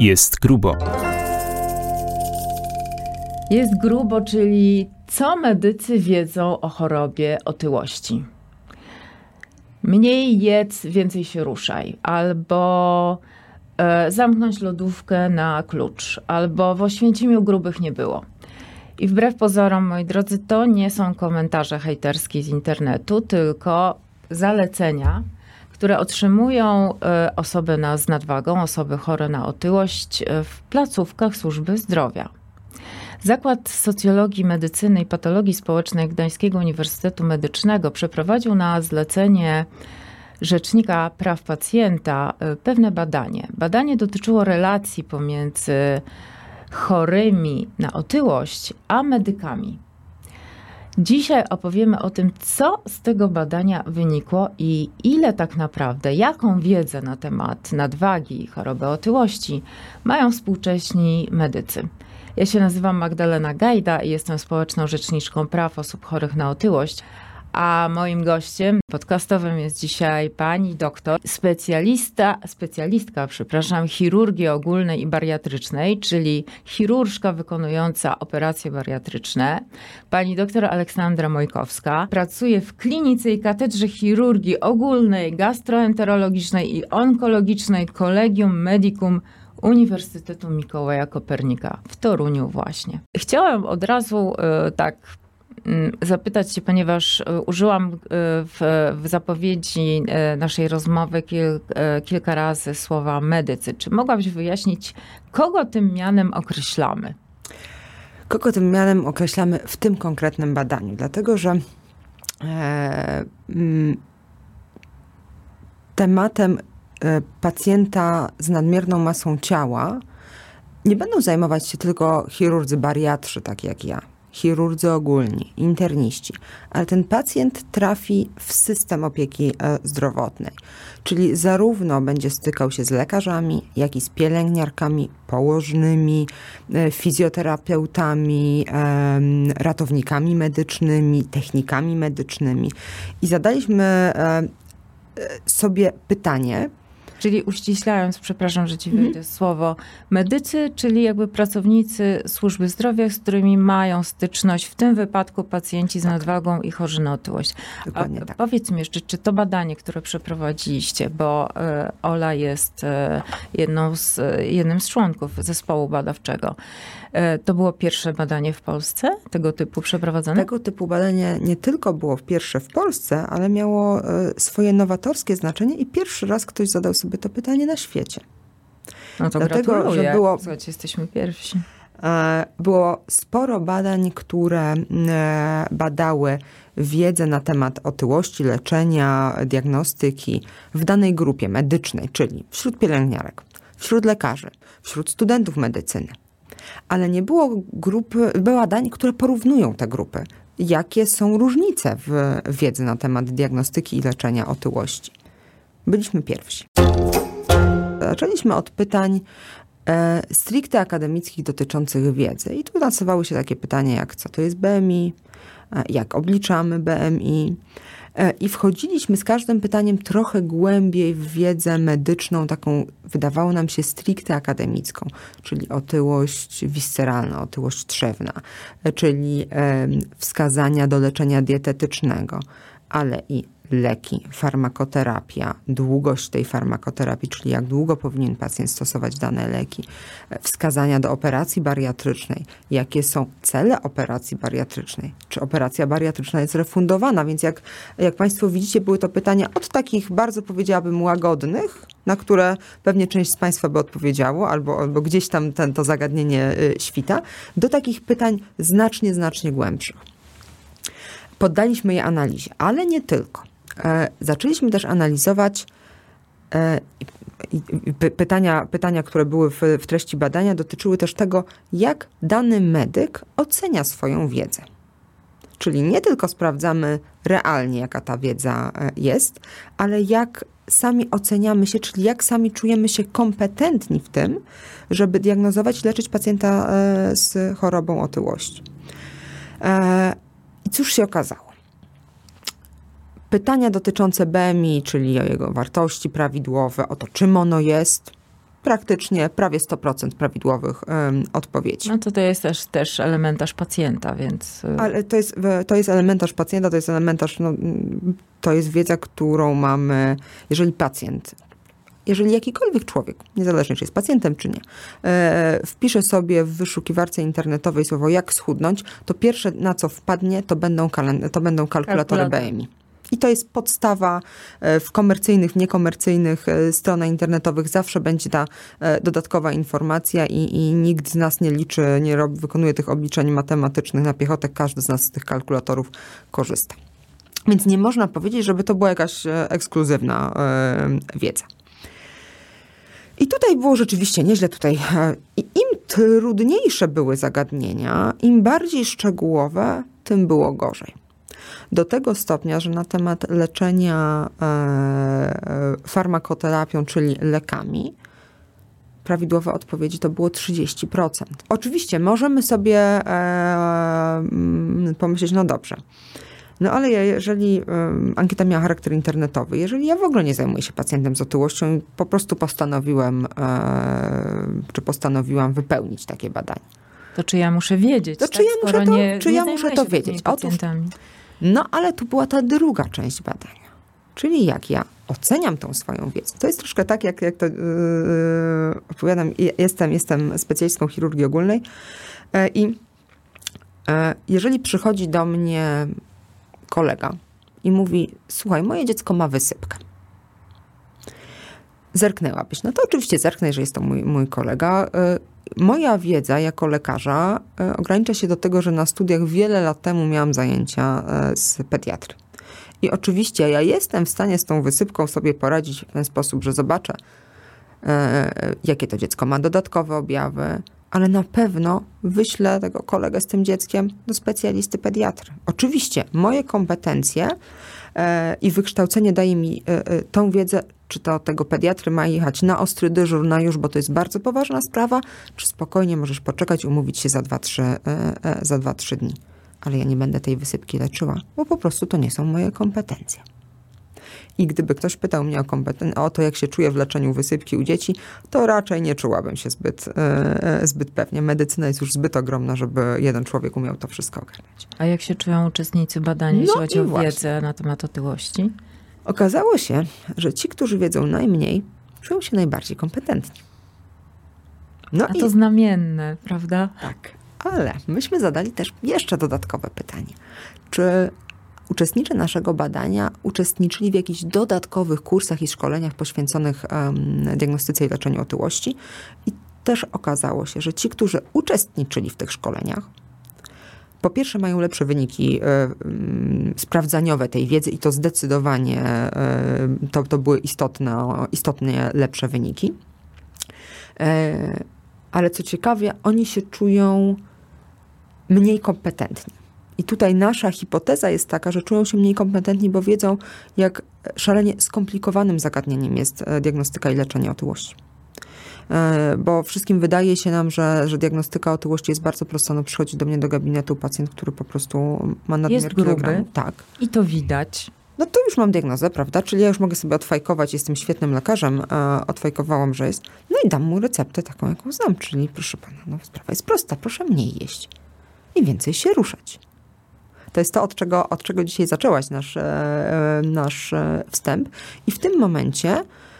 Jest grubo. Jest grubo, czyli co medycy wiedzą o chorobie otyłości. Mniej jedz, więcej się ruszaj. Albo zamknąć lodówkę na klucz. Albo w Oświęcimiu grubych nie było. I wbrew pozorom, moi drodzy, to nie są komentarze hejterskie z internetu, tylko zalecenia, które otrzymują osoby z nadwagą, osoby chore na otyłość w placówkach służby zdrowia. Zakład Socjologii, Medycyny i Patologii Społecznej Gdańskiego Uniwersytetu Medycznego przeprowadził na zlecenie Rzecznika Praw Pacjenta pewne badanie. Badanie dotyczyło relacji pomiędzy chorymi na otyłość a medykami. Dzisiaj opowiemy o tym, co z tego badania wynikło i ile tak naprawdę, jaką wiedzę na temat nadwagi i choroby otyłości mają współcześni medycy. Ja się nazywam Magdalena Gajda i jestem społeczną rzeczniczką praw osób chorych na otyłość, a moim gościem podcastowym jest dzisiaj pani doktor, specjalistka chirurgii ogólnej i bariatrycznej, czyli chirurżka wykonująca operacje bariatryczne. Pani doktor Aleksandra Mojkowska pracuje w klinice i katedrze chirurgii ogólnej, gastroenterologicznej i onkologicznej Collegium Medicum Uniwersytetu Mikołaja Kopernika w Toruniu właśnie. Chciałam od razu zapytać się, ponieważ użyłam w zapowiedzi naszej rozmowy kilka razy słowa medycy. Czy mogłabyś wyjaśnić, kogo tym mianem określamy? Kogo tym mianem określamy w tym konkretnym badaniu? Dlatego, że tematem pacjenta z nadmierną masą ciała nie będą zajmować się tylko chirurdzy bariatrzy, tak jak ja, chirurdzy ogólni, interniści, ale ten pacjent trafi w system opieki zdrowotnej, czyli zarówno będzie stykał się z lekarzami, jak i z pielęgniarkami, położnymi, fizjoterapeutami, ratownikami medycznymi, technikami medycznymi. I zadaliśmy sobie pytanie. Czyli uściślając, przepraszam, że ci wyjdzie słowo, medycy, czyli jakby pracownicy służby zdrowia, z którymi mają styczność, w tym wypadku pacjenci z nadwagą i chorzy na otyłość. Dokładnie tak. Powiedz mi jeszcze, czy to badanie, które przeprowadziliście, bo Ola jest jednym z członków zespołu badawczego, to było pierwsze badanie w Polsce tego typu przeprowadzone? Tego typu badanie nie tylko było pierwsze w Polsce, ale miało swoje nowatorskie znaczenie i pierwszy raz ktoś zadał sobie to pytanie na świecie. No to gratuluję. Że słuchajcie, jesteśmy pierwsi. Było sporo badań, które badały wiedzę na temat otyłości, leczenia, diagnostyki w danej grupie medycznej, czyli wśród pielęgniarek, wśród lekarzy, wśród studentów medycyny. Ale nie było badań, które porównują te grupy. Jakie są różnice w wiedzy na temat diagnostyki i leczenia otyłości? Byliśmy pierwsi. Zaczęliśmy od pytań stricte akademickich dotyczących wiedzy. I tu nasuwały się takie pytania jak co to jest BMI, jak obliczamy BMI. I wchodziliśmy z każdym pytaniem trochę głębiej w wiedzę medyczną, taką wydawało nam się stricte akademicką, czyli otyłość wisceralna, otyłość trzewna, czyli wskazania do leczenia dietetycznego, ale i leki, farmakoterapia, długość tej farmakoterapii, czyli jak długo powinien pacjent stosować dane leki, wskazania do operacji bariatrycznej, jakie są cele operacji bariatrycznej, czy operacja bariatryczna jest refundowana, więc jak Państwo widzicie, były to pytania od takich bardzo, powiedziałabym, łagodnych, na które pewnie część z Państwa by odpowiedziało, albo gdzieś tam to zagadnienie świta, do takich pytań znacznie głębszych. Poddaliśmy je analizie, ale nie tylko. Zaczęliśmy też analizować pytania, które były w treści badania, dotyczyły też tego, jak dany medyk ocenia swoją wiedzę. Czyli nie tylko sprawdzamy realnie, jaka ta wiedza jest, ale jak sami oceniamy się, czyli jak sami czujemy się kompetentni w tym, żeby diagnozować i leczyć pacjenta z chorobą otyłości. I cóż się okazało? Pytania dotyczące BMI, czyli o jego wartości prawidłowe, o to, czym ono jest, praktycznie prawie 100% prawidłowych odpowiedzi. No to jest też elementarz pacjenta, więc... Ale to jest elementarz pacjenta, to jest elementarz, to jest wiedza, którą mamy, jeżeli jakikolwiek człowiek, niezależnie czy jest pacjentem, czy nie, wpisze sobie w wyszukiwarce internetowej słowo jak schudnąć, to pierwsze na co wpadnie, to będą kalkulatory BMI. I to jest podstawa w komercyjnych, w niekomercyjnych stronach internetowych. Zawsze będzie ta dodatkowa informacja i nikt z nas nie liczy, wykonuje tych obliczeń matematycznych na piechotę. Każdy z nas z tych kalkulatorów korzysta. Więc nie można powiedzieć, żeby to była jakaś ekskluzywna wiedza. I tutaj było rzeczywiście nieźle. Im trudniejsze były zagadnienia, im bardziej szczegółowe, tym było gorzej. Do tego stopnia, że na temat leczenia farmakoterapią, czyli lekami, prawidłowe odpowiedzi to było 30%. Oczywiście możemy sobie pomyśleć, no dobrze, no ale jeżeli ankieta miała charakter internetowy, jeżeli ja w ogóle nie zajmuję się pacjentem z otyłością i po prostu postanowiłam wypełnić takie badanie. To czy ja muszę wiedzieć? To czy ja muszę to wiedzieć? Otóż, no ale tu była ta druga część badania. Czyli jak ja oceniam tą swoją wiedzę. To jest troszkę tak, jak to opowiadam. Jestem specjalistką chirurgii ogólnej i jeżeli przychodzi do mnie kolega i mówi, słuchaj, moje dziecko ma wysypkę. Zerknęłabyś. No to oczywiście zerknę, że jest to mój kolega. Moja wiedza jako lekarza ogranicza się do tego, że na studiach wiele lat temu miałam zajęcia z pediatrii. I oczywiście ja jestem w stanie z tą wysypką sobie poradzić w ten sposób, że zobaczę, jakie to dziecko ma dodatkowe objawy, ale na pewno wyślę tego kolegę z tym dzieckiem do specjalisty pediatry. Oczywiście moje kompetencje i wykształcenie daje mi tą wiedzę, czy to tego pediatry ma jechać na ostry dyżur, na już, bo to jest bardzo poważna sprawa, czy spokojnie możesz poczekać, umówić się za 2-3 dni. Ale ja nie będę tej wysypki leczyła, bo po prostu to nie są moje kompetencje. I gdyby ktoś pytał mnie o to, jak się czuję w leczeniu wysypki u dzieci, to raczej nie czułabym się zbyt pewnie. Medycyna jest już zbyt ogromna, żeby jeden człowiek umiał to wszystko ogarniać. A jak się czują uczestnicy badania, jeśli chodzi o wiedzę na temat otyłości? Okazało się, że ci, którzy wiedzą najmniej, czują się najbardziej kompetentni. No to znamienne, prawda? Tak, ale myśmy zadali też jeszcze dodatkowe pytanie. Czy uczestnicy naszego badania uczestniczyli w jakichś dodatkowych kursach i szkoleniach poświęconych diagnostyce i leczeniu otyłości? I też okazało się, że ci, którzy uczestniczyli w tych szkoleniach, po pierwsze mają lepsze wyniki sprawdzaniowe tej wiedzy i to zdecydowanie to były istotnie lepsze wyniki. Ale co ciekawe, oni się czują mniej kompetentni. I tutaj nasza hipoteza jest taka, że czują się mniej kompetentni, bo wiedzą, jak szalenie skomplikowanym zagadnieniem jest diagnostyka i leczenie otyłości. Bo wszystkim wydaje się nam, że diagnostyka otyłości jest bardzo prosta. No, przychodzi do mnie do gabinetu pacjent, który po prostu ma nadmiar kilogramów. Tak. I to widać. No to już mam diagnozę, prawda? Czyli ja już mogę sobie odfajkować, jestem świetnym lekarzem, odfajkowałam, że jest. No i dam mu receptę taką, jaką znam. Czyli proszę pana, no sprawa jest prosta, proszę mniej jeść i więcej się ruszać. To jest to, od czego dzisiaj zaczęłaś nasz wstęp. I w tym momencie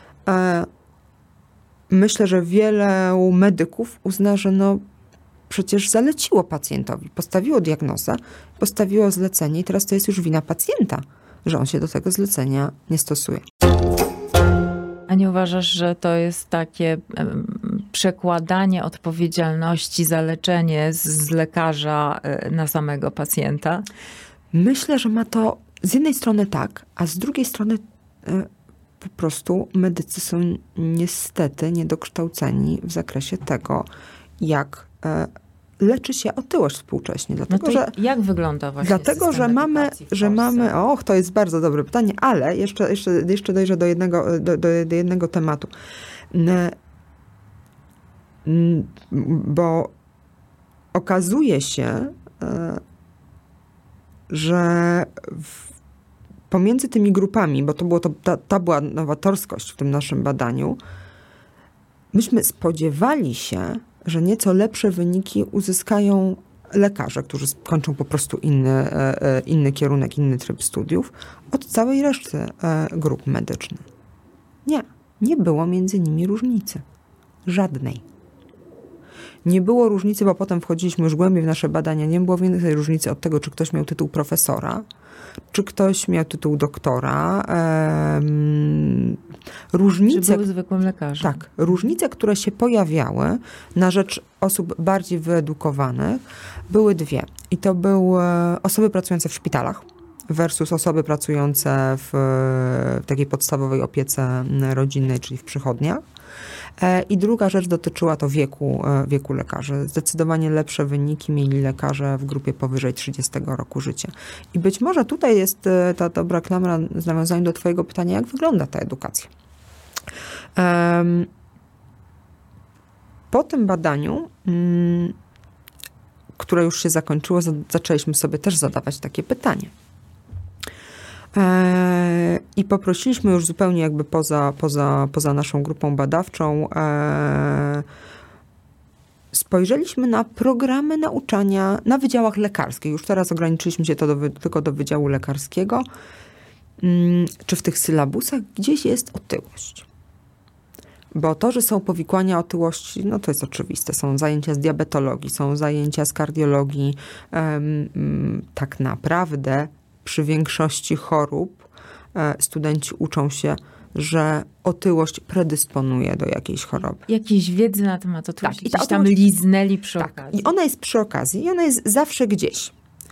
myślę, że wielu medyków uzna, że no przecież zaleciło pacjentowi, postawiło diagnozę, postawiło zlecenie i teraz to jest już wina pacjenta, że on się do tego zlecenia nie stosuje. A nie uważasz, że to jest takie przekładanie odpowiedzialności za leczenie z lekarza na samego pacjenta? Myślę, że ma to z jednej strony tak, a z drugiej strony po prostu medycy są niestety niedokształceni w zakresie tego, jak leczy się otyłość współcześnie. Dlatego, że jak wygląda właśnie dlatego, że mamy, to jest bardzo dobre pytanie, ale jeszcze dojrzę do jednego tematu. Bo okazuje się, że pomiędzy tymi grupami, bo to była nowatorskość w tym naszym badaniu, myśmy spodziewali się, że nieco lepsze wyniki uzyskają lekarze, którzy skończą po prostu inny kierunek, inny tryb studiów od całej reszty grup medycznych. Nie było między nimi różnicy. Żadnej. Nie było różnicy, bo potem wchodziliśmy już głębiej w nasze badania, nie było więcej różnicy od tego, czy ktoś miał tytuł profesora, czy ktoś miał tytuł doktora. Różnice, czy był zwykłym lekarzem. Tak. Różnice, które się pojawiały na rzecz osób bardziej wyedukowanych, były dwie. I to były osoby pracujące w szpitalach versus osoby pracujące w takiej podstawowej opiece rodzinnej, czyli w przychodniach. I druga rzecz dotyczyła to wieku lekarzy. Zdecydowanie lepsze wyniki mieli lekarze w grupie powyżej 30 roku życia. I być może tutaj jest ta dobra klamra z nawiązaniem do twojego pytania, jak wygląda ta edukacja. Po tym badaniu, które już się zakończyło, zaczęliśmy sobie też zadawać takie pytanie. I poprosiliśmy już zupełnie jakby poza naszą grupą badawczą, spojrzeliśmy na programy nauczania na wydziałach lekarskich. Już teraz ograniczyliśmy się tylko do wydziału lekarskiego. Czy w tych sylabusach gdzieś jest otyłość? Bo to, że są powikłania otyłości, no to jest oczywiste. Są zajęcia z diabetologii, są zajęcia z kardiologii. Tak naprawdę przy większości chorób studenci uczą się, że otyłość predysponuje do jakiejś choroby. Jakiejś wiedzy na temat otyłości. Tak, i tam liznęli przy okazji. I ona jest przy okazji i ona jest zawsze gdzieś.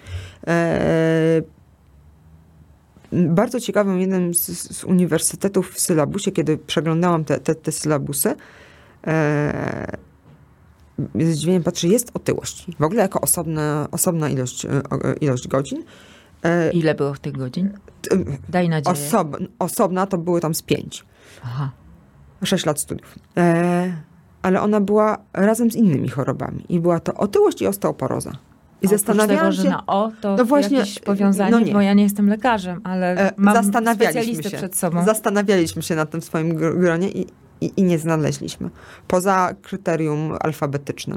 Bardzo ciekawym jednym z uniwersytetów w sylabusie, kiedy przeglądałam te sylabusy, z zdziwieniem patrzę, jest otyłość. W ogóle jako osobna ilość godzin. Ile było tych godzin? Daj nadzieję. Osobna to były tam z 5. Aha. 6 lat studiów. Ale ona była razem z innymi chorobami. I była to otyłość i osteoporoza. I zastanawiałam się, że na to właśnie, jakieś powiązanie, bo ja nie jestem lekarzem, ale mam specjalistę przed sobą. Zastanawialiśmy się nad tym w swoim gronie i nie znaleźliśmy. Poza kryterium alfabetycznym.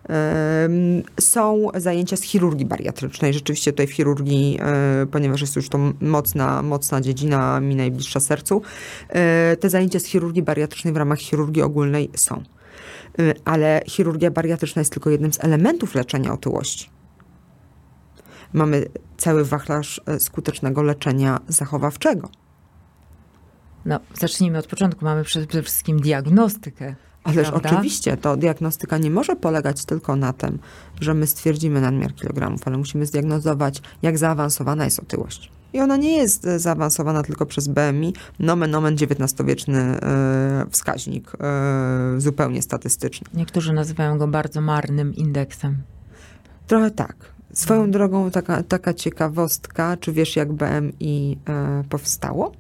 Są zajęcia z chirurgii bariatrycznej. Rzeczywiście tutaj w chirurgii, ponieważ jest już to mocna dziedzina, mi najbliższa sercu, te zajęcia z chirurgii bariatrycznej w ramach chirurgii ogólnej są. Ale chirurgia bariatryczna jest tylko jednym z elementów leczenia otyłości. Mamy cały wachlarz skutecznego leczenia zachowawczego. No, zacznijmy od początku. Mamy przede wszystkim diagnostykę. Ależ prawda? oczywiście, to diagnostyka nie może polegać tylko na tym, że my stwierdzimy nadmiar kilogramów, ale musimy zdiagnozować, jak zaawansowana jest otyłość. I ona nie jest zaawansowana tylko przez BMI, nomen omen XIX-wieczny wskaźnik, zupełnie statystyczny. Niektórzy nazywają go bardzo marnym indeksem. Trochę tak. Swoją drogą taka ciekawostka, czy wiesz, jak BMI powstało?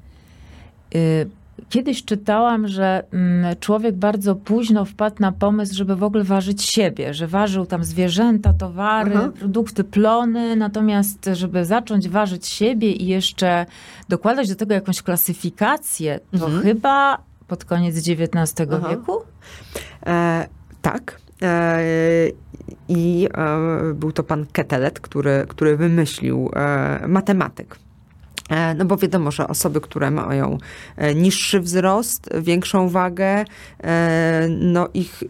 Kiedyś czytałam, że człowiek bardzo późno wpadł na pomysł, żeby w ogóle ważyć siebie, że ważył tam zwierzęta, towary, produkty, plony, natomiast żeby zacząć ważyć siebie i jeszcze dokładać do tego jakąś klasyfikację, to chyba pod koniec XIX wieku? Tak. I był to pan Quetelet, który wymyślił, matematyk. No bo wiadomo, że osoby, które mają niższy wzrost, większą wagę, no ich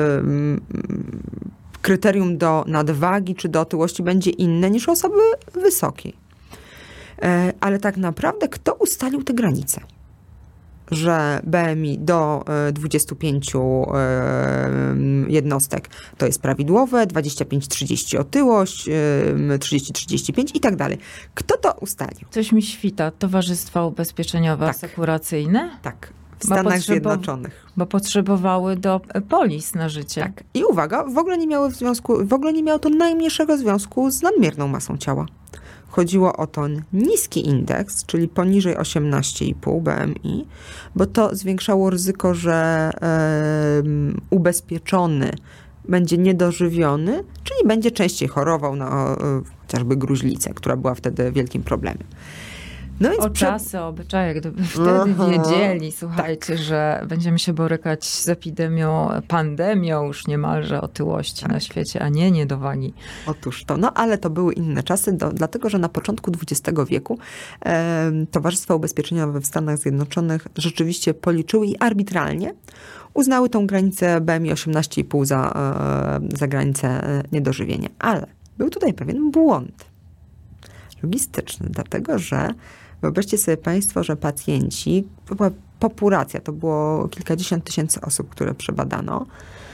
kryterium do nadwagi czy do otyłości będzie inne niż osoby wysokiej. Ale tak naprawdę kto ustalił te granice? Że BMI do 25 jednostek to jest prawidłowe, 25-30 otyłość, 30-35 i tak dalej. Kto to ustalił? Coś mi świta. Towarzystwa ubezpieczeniowe, asekuracyjne? Tak. W Stanach Zjednoczonych. Bo potrzebowały do polis na życie. Tak. I uwaga, w ogóle nie miało to najmniejszego związku z nadmierną masą ciała. Chodziło o to niski indeks, czyli poniżej 18,5 BMI, bo to zwiększało ryzyko, że ubezpieczony będzie niedożywiony, czyli będzie częściej chorował na chociażby gruźlicę, która była wtedy wielkim problemem. No więc o czasy, o obyczaje, gdyby wtedy wiedzieli, słuchajcie, że będziemy się borykać z epidemią, pandemią już niemalże otyłości na świecie, a nie niedowagi. Otóż to, no ale to były inne czasy, dlatego że na początku XX wieku Towarzystwa Ubezpieczeniowe w Stanach Zjednoczonych rzeczywiście policzyły i arbitralnie uznały tą granicę BMI 18,5 za granicę niedożywienia. Ale był tutaj pewien błąd logistyczny, dlatego że wyobraźcie sobie państwo, że pacjenci, to była populacja, to było kilkadziesiąt tysięcy osób, które przebadano.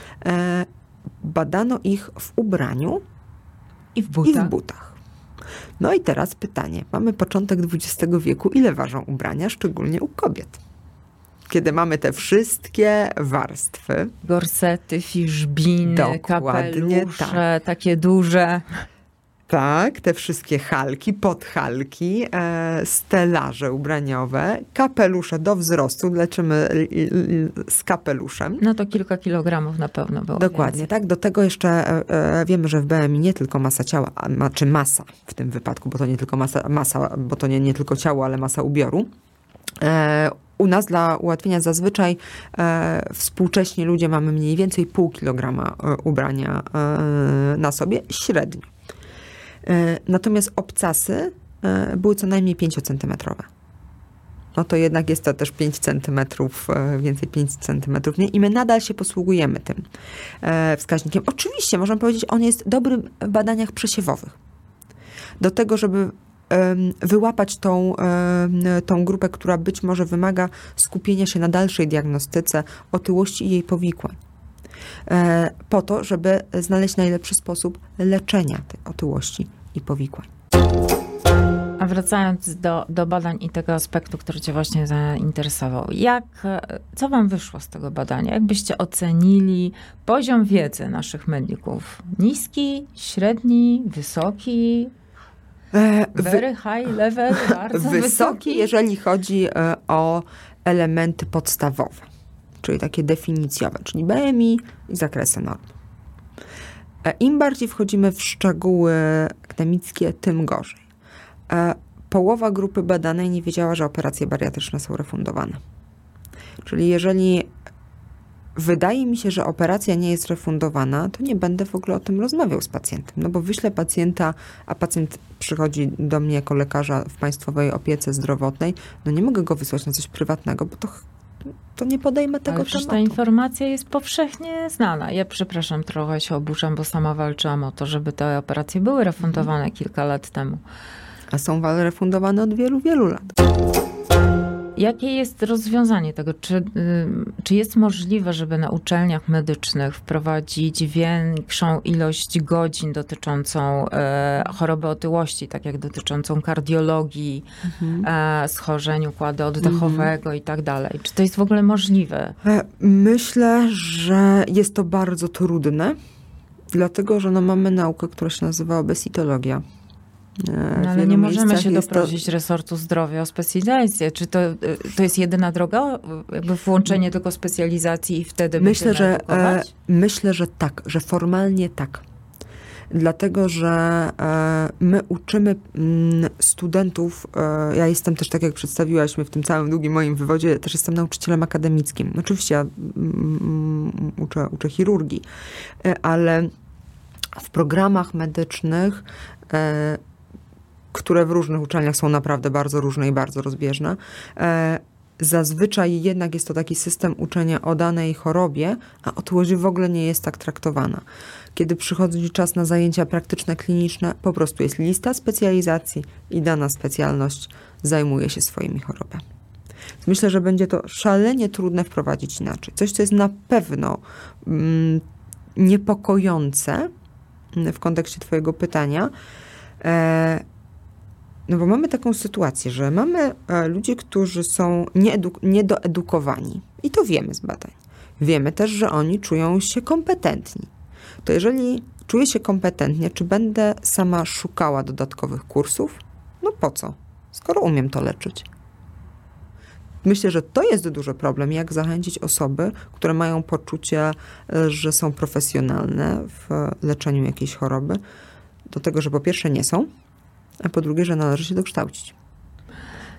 Badano ich w ubraniu I w butach. i w butach. No i teraz pytanie. Mamy początek XX wieku. Ile ważą ubrania, szczególnie u kobiet? Kiedy mamy te wszystkie warstwy. Gorsety, fiszbiny, Dokładnie kapelusze, takie duże. Tak, te wszystkie halki, podhalki, stelaże ubraniowe, kapelusze do wzrostu, leczymy z kapeluszem. No to kilka kilogramów na pewno było. Dokładnie, więcej. tak. Do tego jeszcze wiemy, że w BMI nie tylko masa ciała, czy masa w tym wypadku, bo to nie tylko masa, bo to nie tylko ciało, ale masa ubioru. U nas dla ułatwienia zazwyczaj współcześni ludzie mamy mniej więcej 0,5 kilograma ubrania na sobie, średnio. Natomiast obcasy były co najmniej 5-centymetrowe. No to jednak jest to też 5 centymetrów, więcej 5 centymetrów, nie? I my nadal się posługujemy tym wskaźnikiem. Oczywiście, można powiedzieć, on jest dobry w badaniach przesiewowych. Do tego, żeby wyłapać tą grupę, która być może wymaga skupienia się na dalszej diagnostyce otyłości i jej powikłań. Po to, żeby znaleźć najlepszy sposób leczenia tej otyłości i powikłań. A wracając do badań i tego aspektu, który cię właśnie zainteresował. Co wam wyszło z tego badania? Jak byście ocenili poziom wiedzy naszych medyków? Niski, średni, wysoki? Very high level, bardzo wysoki? Jeżeli chodzi o elementy podstawowe, czyli takie definicjowe, czyli BMI i zakresy norm. Im bardziej wchodzimy w szczegóły akademickie, tym gorzej. Połowa grupy badanej nie wiedziała, że operacje bariatryczne są refundowane. Czyli jeżeli wydaje mi się, że operacja nie jest refundowana, to nie będę w ogóle o tym rozmawiał z pacjentem. No bo wyślę pacjenta, a pacjent przychodzi do mnie jako lekarza w państwowej opiece zdrowotnej, no nie mogę go wysłać na coś prywatnego, bo to nie podejmę tego tematu. tematu. Ta informacja jest powszechnie znana. Ja przepraszam, trochę się oburzam, bo sama walczyłam o to, żeby te operacje były refundowane kilka lat temu. A są refundowane od wielu, wielu lat. Jakie jest rozwiązanie tego? Czy jest możliwe, żeby na uczelniach medycznych wprowadzić większą ilość godzin dotyczącą choroby otyłości, tak jak dotyczącą kardiologii, schorzeń układu oddechowego i tak dalej? Czy to jest w ogóle możliwe? Myślę, że jest to bardzo trudne, dlatego że mamy naukę, która się nazywa obesitologia. No, ale nie możemy się doprosić resortu zdrowia o specjalizację. Czy to jest jedyna droga? Jakby włączenie tylko specjalizacji i wtedy Myślę, że tak, że formalnie tak. Dlatego, że my uczymy studentów, ja jestem też, tak jak przedstawiłaś mnie w tym całym długim moim wywodzie, też jestem nauczycielem akademickim. Oczywiście ja uczę chirurgii, ale w programach medycznych, które w różnych uczelniach są naprawdę bardzo różne i bardzo rozbieżne, zazwyczaj jednak jest to taki system uczenia o danej chorobie, a otyłość w ogóle nie jest tak traktowana. Kiedy przychodzi czas na zajęcia praktyczne, kliniczne, po prostu jest lista specjalizacji i dana specjalność zajmuje się swoimi chorobami. Myślę, że będzie to szalenie trudne wprowadzić inaczej. Coś, co jest na pewno niepokojące w kontekście twojego pytania, no bo mamy taką sytuację, że mamy ludzi, którzy są niedoedukowani. I to wiemy z badań. Wiemy też, że oni czują się kompetentni. To jeżeli czuję się kompetentnie, czy będę sama szukała dodatkowych kursów? No po co? Skoro umiem to leczyć. Myślę, że to jest duży problem, jak zachęcić osoby, które mają poczucie, że są profesjonalne w leczeniu jakiejś choroby, do tego, że po pierwsze nie są, a po drugie, że należy się dokształcić.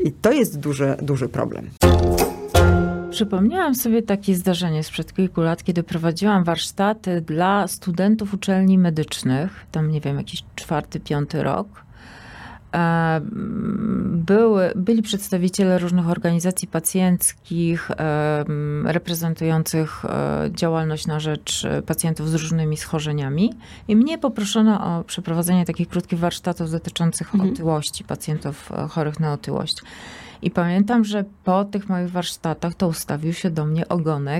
I to jest duży problem. Przypomniałam sobie takie zdarzenie sprzed kilku lat, kiedy prowadziłam warsztaty dla studentów uczelni medycznych, tam nie wiem, jakiś 4., 5. rok. Byli przedstawiciele różnych organizacji pacjenckich, reprezentujących działalność na rzecz pacjentów z różnymi schorzeniami. I mnie poproszono o przeprowadzenie takich krótkich warsztatów dotyczących otyłości, pacjentów chorych na otyłość. I pamiętam, że po tych moich warsztatach to ustawił się do mnie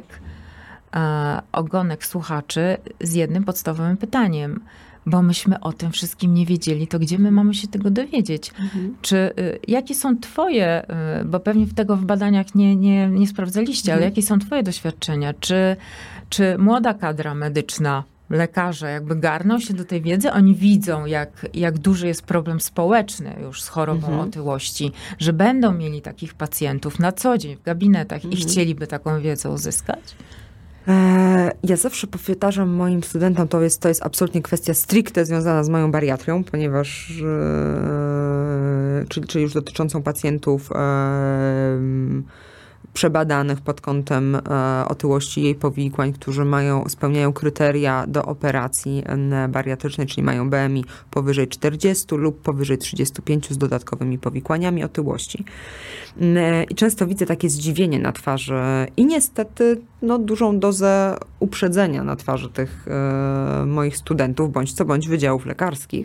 ogonek słuchaczy z jednym podstawowym pytaniem. Bo myśmy o tym wszystkim nie wiedzieli, to gdzie my mamy się tego dowiedzieć? Jakie są twoje, bo pewnie tego w badaniach nie sprawdzaliście, ale jakie są twoje doświadczenia? Czy młoda kadra medyczna, lekarze jakby garną się do tej wiedzy? Oni widzą, jak duży jest problem społeczny już z chorobą otyłości, że będą mieli takich pacjentów na co dzień w gabinetach i chcieliby taką wiedzę uzyskać? Ja zawsze powtarzam moim studentom, to jest absolutnie kwestia stricte związana z moją bariatrią, ponieważ, czyli już dotyczącą pacjentów przebadanych pod kątem otyłości jej powikłań, którzy spełniają kryteria do operacji bariatrycznej, czyli mają BMI powyżej 40 lub powyżej 35 z dodatkowymi powikłaniami otyłości. I często widzę takie zdziwienie na twarzy i niestety dużą dozę uprzedzenia na twarzy tych moich studentów, bądź co bądź wydziałów lekarskich.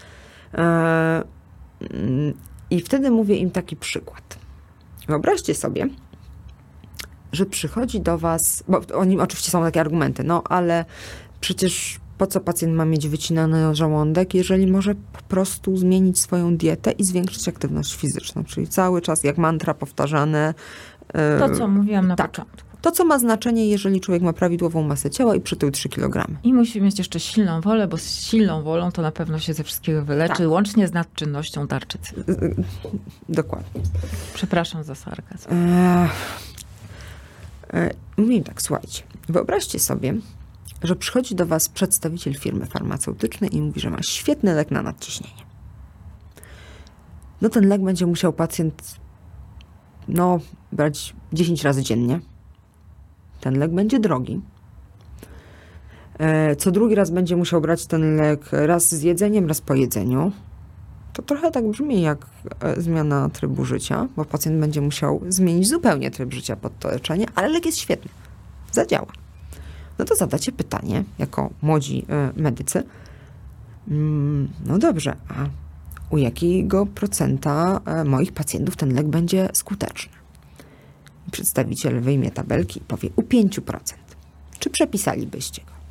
I wtedy mówię im taki przykład. Wyobraźcie sobie, że przychodzi do was, bo oni oczywiście są takie argumenty, ale przecież po co pacjent ma mieć wycinany żołądek, jeżeli może po prostu zmienić swoją dietę i zwiększyć aktywność fizyczną, czyli cały czas jak mantra powtarzane. To, co mówiłam na początku. To, co ma znaczenie, jeżeli człowiek ma prawidłową masę ciała i przytył 3 kg. I musi mieć jeszcze silną wolę, bo z silną wolą to na pewno się ze wszystkiego wyleczy, łącznie z nadczynnością tarczycy. Dokładnie. Przepraszam za sarkazm. Mówię tak, słuchajcie, wyobraźcie sobie, że przychodzi do was przedstawiciel firmy farmaceutycznej i mówi, że ma świetny lek na nadciśnienie. Ten lek będzie musiał pacjent brać 10 razy dziennie. Ten lek będzie drogi. Co drugi raz będzie musiał brać ten lek raz z jedzeniem, raz po jedzeniu. To trochę tak brzmi jak zmiana trybu życia, bo pacjent będzie musiał zmienić zupełnie tryb życia pod to leczenie, ale lek jest świetny. Zadziała. To zadacie pytanie, jako młodzi medycy. Dobrze, a u jakiego procenta moich pacjentów ten lek będzie skuteczny? Przedstawiciel wyjmie tabelki i powie u 5%. Czy przepisalibyście go?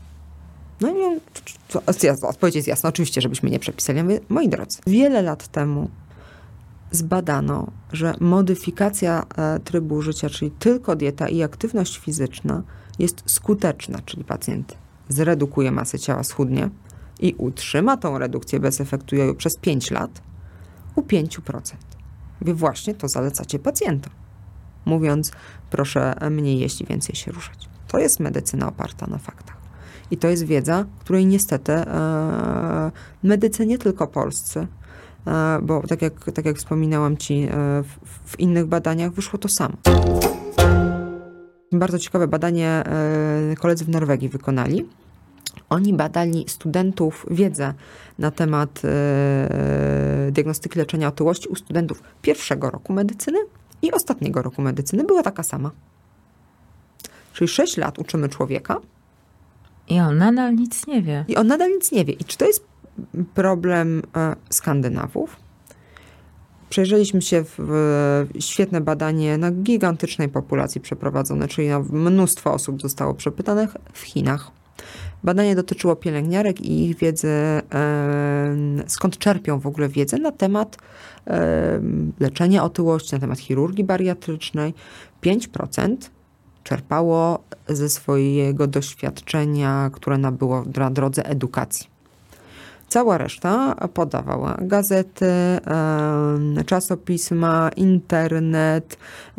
Odpowiedź jest jasna, oczywiście, żebyśmy nie przepisali. Ja mówię, moi drodzy, wiele lat temu zbadano, że modyfikacja trybu życia, czyli tylko dieta i aktywność fizyczna jest skuteczna, czyli pacjent zredukuje masę ciała, schudnie i utrzyma tą redukcję bez efektu jojo przez 5 lat u 5%. Wy właśnie to zalecacie pacjentom, mówiąc, proszę mniej jeść i więcej się ruszać. To jest medycyna oparta na faktach. I to jest wiedza, której niestety medycy nie tylko polscy, bo tak jak wspominałam ci, w innych badaniach wyszło to samo. Bardzo ciekawe badanie koledzy w Norwegii wykonali. Oni badali studentów wiedzę na temat diagnostyki leczenia otyłości u studentów pierwszego roku medycyny i ostatniego roku medycyny. Była taka sama. Czyli 6 lat uczymy człowieka. I on nadal nic nie wie. I czy to jest problem Skandynawów? Przejrzeliśmy się w świetne badanie na gigantycznej populacji przeprowadzone, czyli mnóstwo osób zostało przepytanych w Chinach. Badanie dotyczyło pielęgniarek i ich wiedzy, skąd czerpią w ogóle wiedzę na temat leczenia otyłości, na temat chirurgii bariatrycznej. 5% czerpało ze swojego doświadczenia, które nabyło na drodze edukacji. Cała reszta podawała gazety, czasopisma, internet,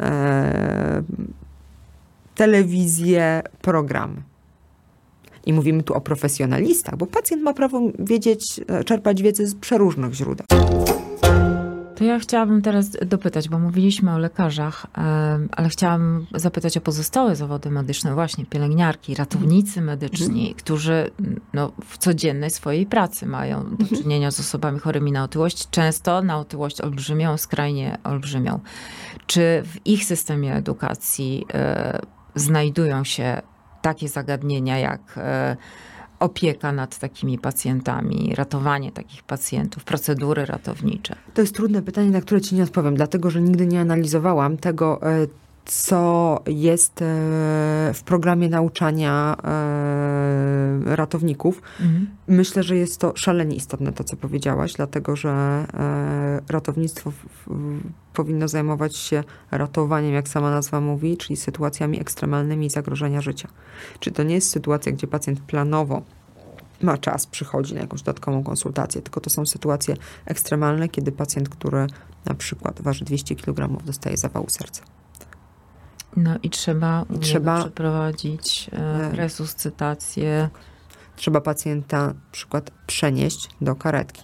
telewizję, programy. I mówimy tu o profesjonalistach, bo pacjent ma prawo wiedzieć, czerpać wiedzę z przeróżnych źródeł. To ja chciałabym teraz dopytać, bo mówiliśmy o lekarzach, ale chciałam zapytać o pozostałe zawody medyczne, właśnie pielęgniarki, ratownicy medyczni, którzy w codziennej swojej pracy mają do czynienia z osobami chorymi na otyłość, często na otyłość olbrzymią, skrajnie olbrzymią. Czy w ich systemie edukacji znajdują się takie zagadnienia jak opieka nad takimi pacjentami, ratowanie takich pacjentów, procedury ratownicze? To jest trudne pytanie, na które ci nie odpowiem, dlatego że nigdy nie analizowałam tego, co jest w programie nauczania ratowników. Myślę, że jest to szalenie istotne, to co powiedziałaś, dlatego że ratownictwo powinno zajmować się ratowaniem, jak sama nazwa mówi, czyli sytuacjami ekstremalnymi zagrożenia życia. Czy to nie jest sytuacja, gdzie pacjent planowo ma czas, przychodzi na jakąś dodatkową konsultację, tylko to są sytuacje ekstremalne, kiedy pacjent, który na przykład waży 200 kg, dostaje zawału serca. No i trzeba przeprowadzić resuscytację. Trzeba pacjenta na przykład przenieść do karetki.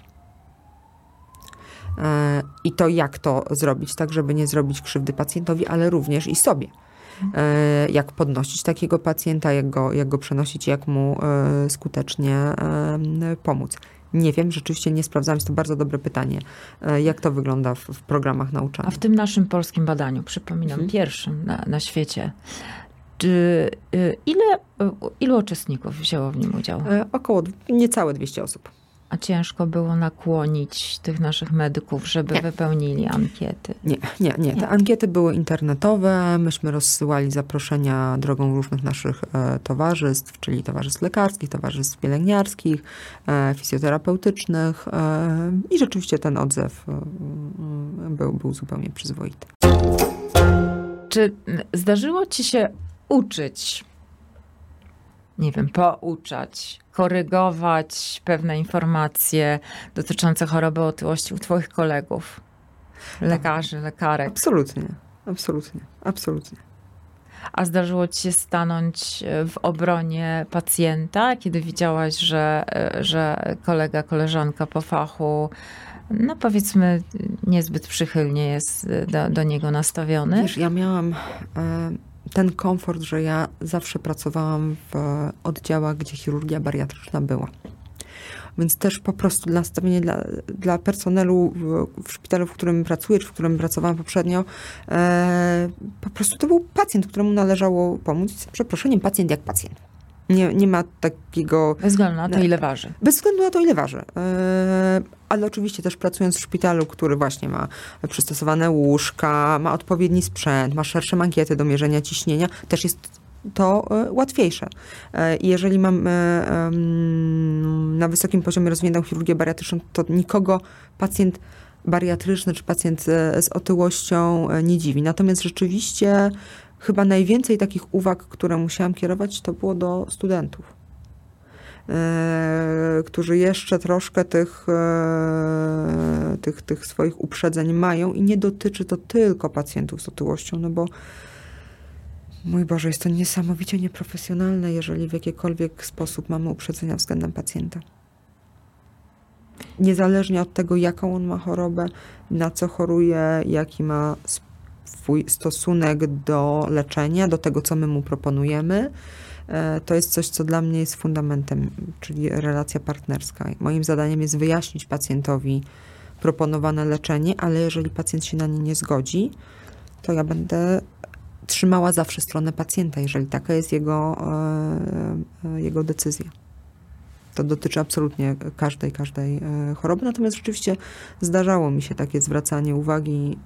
I to jak to zrobić, tak żeby nie zrobić krzywdy pacjentowi, ale również i sobie. Jak podnosić takiego pacjenta, jak go przenosić, jak mu skutecznie pomóc. Nie wiem, rzeczywiście nie sprawdzałam, jest to bardzo dobre pytanie. Jak to wygląda w programach nauczania? A w tym naszym polskim badaniu, przypominam, pierwszym na świecie, ilu uczestników wzięło w nim udział? Około niecałe 200 osób. A ciężko było nakłonić tych naszych medyków, żeby wypełnili ankiety? Nie. Te ankiety były internetowe. Myśmy rozsyłali zaproszenia drogą różnych naszych towarzystw, czyli towarzystw lekarskich, towarzystw pielęgniarskich, fizjoterapeutycznych i rzeczywiście ten odzew był zupełnie przyzwoity. Czy zdarzyło ci się uczyć, nie wiem, pouczać, korygować pewne informacje dotyczące choroby otyłości u twoich kolegów, lekarzy, lekarek? Absolutnie. A zdarzyło ci się stanąć w obronie pacjenta, kiedy widziałaś, że kolega, koleżanka po fachu, no powiedzmy, niezbyt przychylnie jest do niego nastawiony? Wiesz, ja miałam ten komfort, że ja zawsze pracowałam w oddziałach, gdzie chirurgia bariatryczna była. Więc też po prostu nastawienie dla personelu w szpitalu, w którym pracuję, czy w którym pracowałam poprzednio, po prostu to był pacjent, któremu należało pomóc. Z przeproszeniem, pacjent jak pacjent. Nie ma takiego... Bez względu na to, ile waży. Bez względu na to, ile waży. Ale oczywiście też pracując w szpitalu, który właśnie ma przystosowane łóżka, ma odpowiedni sprzęt, ma szersze mankiety do mierzenia ciśnienia, też jest to łatwiejsze. I jeżeli mam na wysokim poziomie rozwiniętą chirurgię bariatryczną, to nikogo pacjent bariatryczny czy pacjent z otyłością nie dziwi. Natomiast rzeczywiście chyba najwięcej takich uwag, które musiałam kierować, to było do studentów, którzy jeszcze troszkę tych swoich uprzedzeń mają i nie dotyczy to tylko pacjentów z otyłością, no bo mój Boże, jest to niesamowicie nieprofesjonalne, jeżeli w jakikolwiek sposób mamy uprzedzenia względem pacjenta. Niezależnie od tego, jaką on ma chorobę, na co choruje, jaki ma swój stosunek do leczenia, do tego, co my mu proponujemy, to jest coś, co dla mnie jest fundamentem, czyli relacja partnerska. Moim zadaniem jest wyjaśnić pacjentowi proponowane leczenie, ale jeżeli pacjent się na nie nie zgodzi, to ja będę trzymała zawsze stronę pacjenta, jeżeli taka jest jego decyzja. To dotyczy absolutnie każdej choroby, natomiast rzeczywiście zdarzało mi się takie zwracanie uwagi.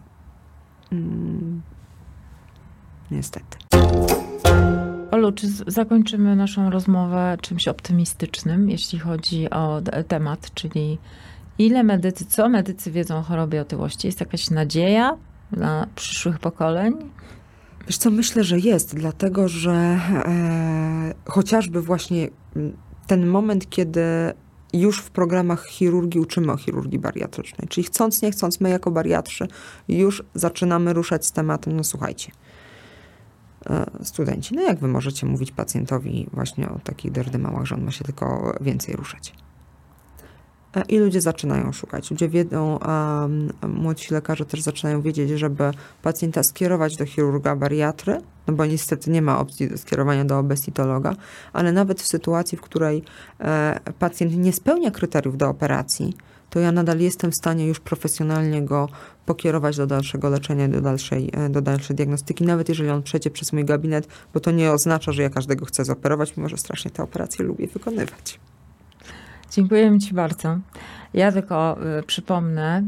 Niestety. Olu, czy zakończymy naszą rozmowę czymś optymistycznym, jeśli chodzi o temat, czyli co medycy wiedzą o chorobie otyłości? Jest jakaś nadzieja dla przyszłych pokoleń? Wiesz co, myślę, że jest, dlatego że chociażby właśnie ten moment, kiedy już w programach chirurgii uczymy o chirurgii bariatrycznej, czyli chcąc, nie chcąc, my jako bariatrzy już zaczynamy ruszać z tematem, no słuchajcie, studenci, no jak wy możecie mówić pacjentowi właśnie o takich derdymałach, że on ma się tylko więcej ruszać? i ludzie zaczynają szukać. Ludzie wiedzą, a młodsi lekarze też zaczynają wiedzieć, żeby pacjenta skierować do chirurga bariatry, no bo niestety nie ma opcji do skierowania do obesitologa, ale nawet w sytuacji, w której pacjent nie spełnia kryteriów do operacji, to ja nadal jestem w stanie już profesjonalnie go pokierować do dalszego leczenia, do dalszej diagnostyki, nawet jeżeli on przejdzie przez mój gabinet, bo to nie oznacza, że ja każdego chcę zoperować, mimo że strasznie te operacje lubię wykonywać. Dziękuję Ci bardzo. Ja tylko przypomnę,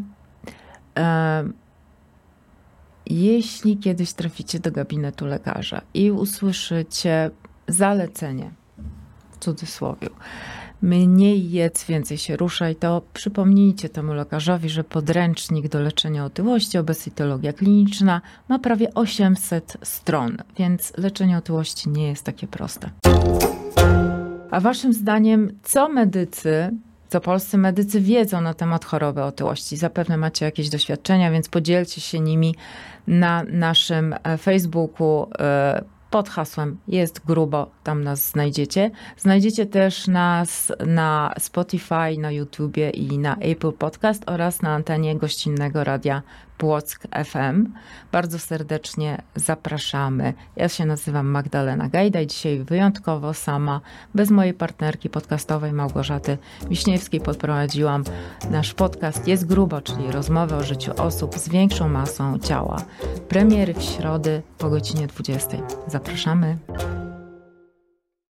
jeśli kiedyś traficie do gabinetu lekarza i usłyszycie zalecenie, w cudzysłowie, mniej jedz, więcej się ruszaj, to przypomnijcie temu lekarzowi, że podręcznik do leczenia otyłości, obesitologia kliniczna ma prawie 800 stron, więc leczenie otyłości nie jest takie proste. A waszym zdaniem, co polscy medycy wiedzą na temat choroby otyłości? Zapewne macie jakieś doświadczenia, więc podzielcie się nimi na naszym Facebooku pod hasłem Jest Grubo, tam nas znajdziecie. Znajdziecie też nas na Spotify, na YouTubie i na Apple Podcast oraz na antenie gościnnego radia Płock FM. Bardzo serdecznie zapraszamy. Ja się nazywam Magdalena Gajda i dzisiaj wyjątkowo sama, bez mojej partnerki podcastowej Małgorzaty Wiśniewskiej podprowadziłam nasz podcast Jest Grubo, czyli rozmowy o życiu osób z większą masą ciała. Premiery w środę po godzinie 20. Zapraszamy.